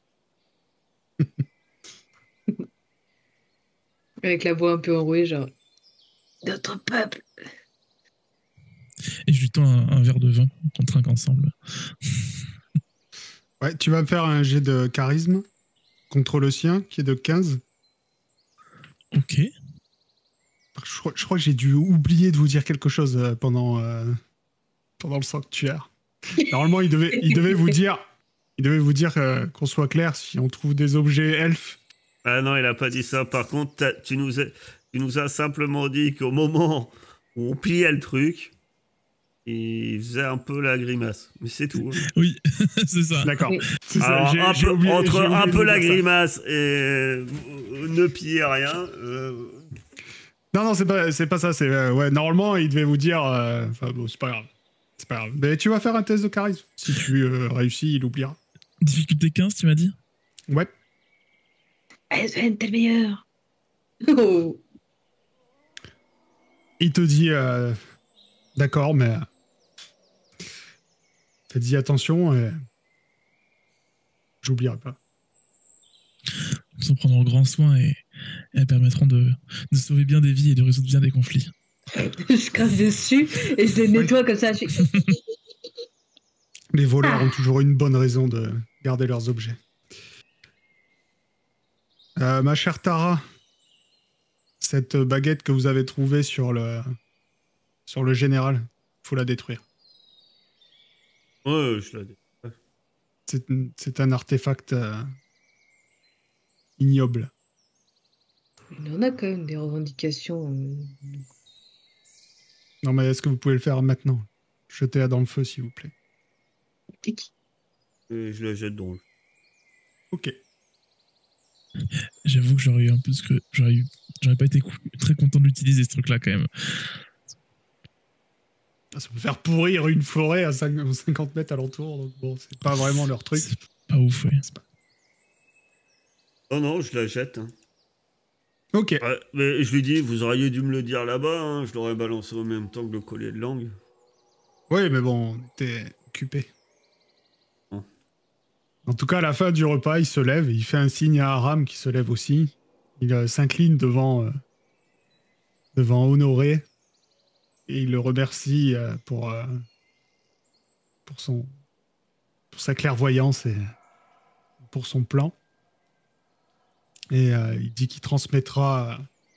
Avec la voix un peu enrouée, genre. Notre peuple. Et je lui tends un verre de vin qu'on trinque ensemble. Ouais, tu vas me faire un jet de charisme contre le sien, qui est de 15. Ok. Je crois que j'ai dû oublier de vous dire quelque chose pendant le sanctuaire. Normalement, il devait vous dire qu'on soit clair, si on trouve des objets elfes. Ah non, il a pas dit ça. Par contre, tu nous as simplement dit qu'au moment où on pliait le truc, il faisait un peu la grimace. Mais c'est tout. Hein. Oui, c'est ça. D'accord. Oui. C'est ça. Alors, J'ai oublié, entre un peu la de dire ça. grimace et ne piller rien. Non, c'est pas ça. Ouais, normalement, il devait vous dire. Enfin, bon, c'est pas grave. C'est pas grave. Mais tu vas faire un test de charisme. Si tu réussis, il oubliera. Difficulté 15, tu m'as dit? Ouais. Allez, Sven, t'es le meilleur. Oh. Il te dit. D'accord, mais. Faites-y attention et. J'oublierai pas. Nous en prendrons grand soin et elles permettront de sauver bien des vies et de résoudre bien des conflits. Je crache dessus et je les nettoie comme ça. Les voleurs ont toujours une bonne raison de garder leurs objets. Ma chère Tara, cette baguette que vous avez trouvée sur le général, faut la détruire. Ouais, je l'ai dit. C'est un artefact ignoble. Il en a quand même des revendications. Non, mais est-ce que vous pouvez le faire maintenant? Jetez-la dans le feu, s'il vous plaît. Et je le jette dans le. Ok. J'avoue que j'aurais eu un peu j'aurais pas été très content de l'utiliser, ce truc-là, quand même. Ça peut faire pourrir une forêt à 50 mètres alentour, donc bon, c'est pas vraiment leur truc. C'est pas ouf, ouais. Oh non, je la jette. Hein. Ok. Ouais, mais je lui dis, vous auriez dû me le dire là-bas, hein, je l'aurais balancé en même temps que le collier de langue. Oui, mais bon, on était occupés. Oh. En tout cas, à la fin du repas, il se lève et il fait un signe à Aram qui se lève aussi. Il s'incline devant Honoré et il le remercie pour sa clairvoyance et pour son plan. Et il dit qu'il transmettra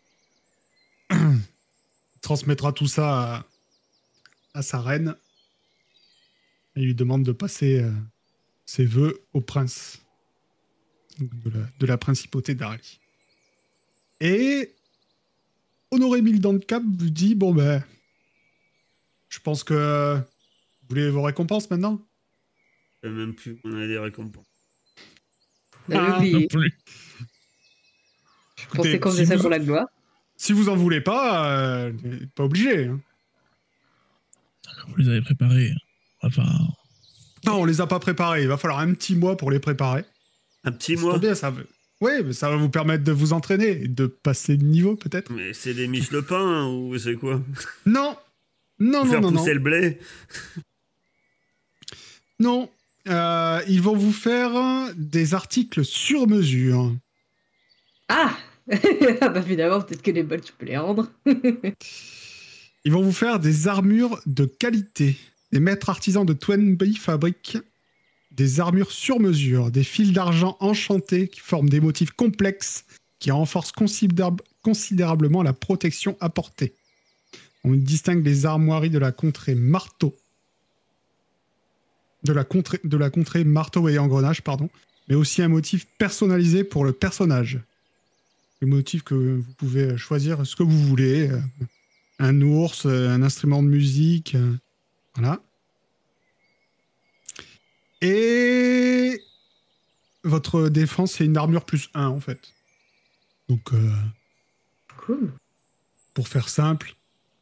tout ça à sa reine. Et il lui demande de passer ses vœux au prince de la principauté d'Arali. Et Honoré Mildancap lui dit, bon ben, je pense que vous voulez vos récompenses maintenant? Je sais même plus qu'on a des récompenses. On avait Ah, oublié. Non plus. Je pensais qu'on faisait ça pour la gloire. Si vous en voulez pas obligé. Hein. Vous les avez préparés. Enfin, Non, on les a pas préparés. Il va falloir un petit mois pour les préparer. Un petit C'est mois. bien, ça. Ouais, mais ça va vous permettre de vous entraîner et de passer de niveau, peut-être. Mais c'est des miches le pain ou c'est quoi? Non, non, Faire non, non, pousser non. le blé? Non. Ils vont vous faire des articles sur mesure. Ah Ah bah finalement, peut-être que les balles, tu peux les rendre. Ils vont vous faire des armures de qualité. Des maîtres artisans de Twenby fabriquent des armures sur mesure, des fils d'argent enchantés qui forment des motifs complexes qui renforcent considérablement la protection apportée. On distingue les armoiries de la contrée marteau. De la contrée marteau et engrenage, pardon, mais aussi un motif personnalisé pour le personnage. Le motif que vous pouvez choisir ce que vous voulez. Un ours, un instrument de musique, voilà. Et votre défense, c'est une armure plus 1, en fait. Donc, Cool. pour faire simple,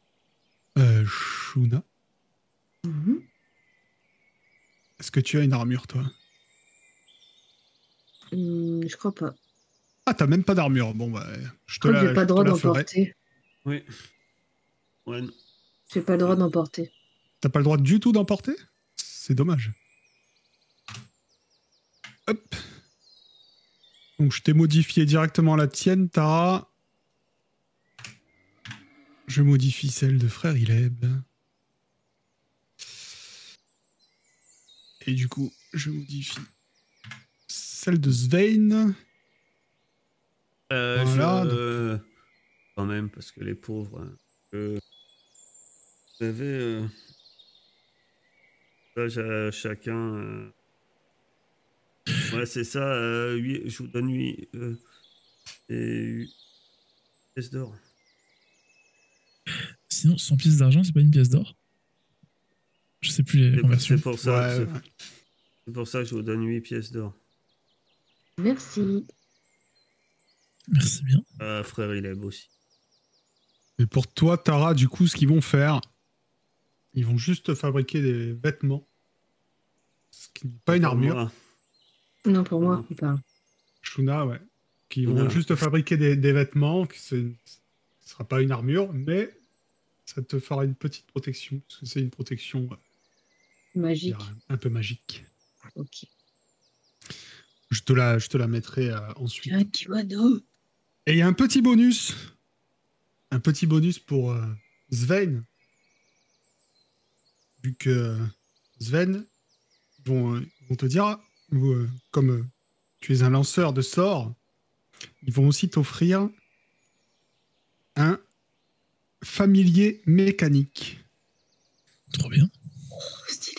Shuna, Mhm. est-ce que tu as une armure, toi? Je crois pas. Ah, t'as même pas d'armure. Bon, bah, Je crois que j'ai pas le droit d'en ferai. porter. Oui. Ouais. J'ai pas le droit d'en porter. T'as pas le droit du tout d'en porter? C'est dommage. Hop. Donc, je t'ai modifié directement la tienne, Tara. Je modifie celle de frère Ileb. Et du coup, je modifie celle de Svein. Voilà, Quand même, parce que les pauvres... vous savez... là, chacun... Ouais, c'est ça. Je vous donne 8 pièces d'or. Sinon, 100 pièces d'argent, c'est pas une pièce d'or? Je sais plus les conversions. C'est pour ça. Ouais, C'est pour ça que je vous donne 8 pièces d'or. Merci. Merci bien. Frère, il aime aussi. Et pour toi, Tara, du coup, ce qu'ils vont faire, ils vont juste fabriquer des vêtements. Ce qui n'est pas une Pour armure. moi. Non, pour moi, Non. il parle. Shuna, ouais. Qui vont Shuna. juste fabriquer des vêtements. Ce ne sera pas une armure, mais ça te fera une petite protection. Parce que c'est une protection Magique. un peu magique. Ok. Je te la mettrai ensuite. J'ai un petit oiseau. Et il y a un petit bonus. Un petit bonus pour Sven. Vu que Sven vont te dire, comme tu es un lanceur de sorts, ils vont aussi t'offrir un familier mécanique. Trop bien. Oh, stylé.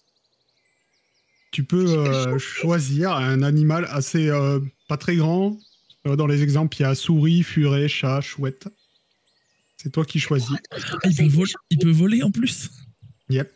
Tu peux choisir un animal assez pas très grand. Dans les exemples, il y a souris, furet, chat, chouette. C'est toi qui choisis. Ah, il peut voler en plus. Yep.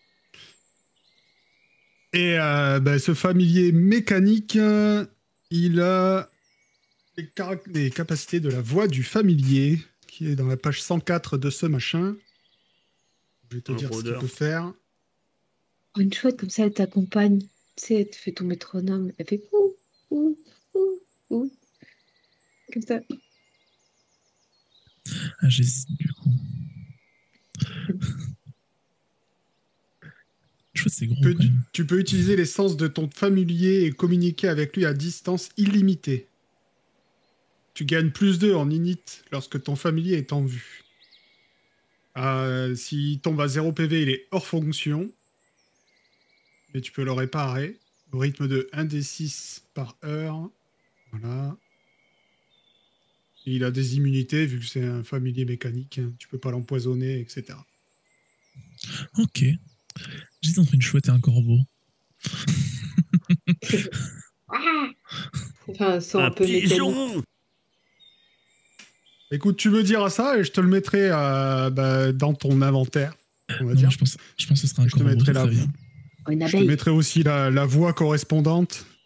Et ce familier mécanique, il a les capacités de la voix du familier, qui est dans la page 104 de ce machin. Je vais te dire ce qu'il peut faire. Oh, une chouette comme ça, elle t'accompagne. Tu sais, elle te fait ton métronome. Elle fait ouh, ouh, ouh, ouh. Comme ça. Ah, j'hésite du coup. Je crois que c'est gros quand même. Tu peux utiliser l'essence de ton familier et communiquer avec lui à distance illimitée. Tu gagnes plus 2 en init lorsque ton familier est en vue. S'il tombe à 0 PV, il est hors fonction. Mais tu peux le réparer au rythme de 1d6 par heure. Voilà. Et il a des immunités, vu que c'est un familier mécanique. Hein. Tu peux pas l'empoisonner, etc. Ok. J'hésite entre une chouette et un corbeau. Enfin, sans un peu pigeon mécanique. Écoute, tu me diras ça et je te le mettrai dans ton inventaire. On va Non, dire. je pense que ce sera un Je te corbeau. mettrai C'est très bien. Oh, une Je te abeille. mettrai aussi la voix correspondante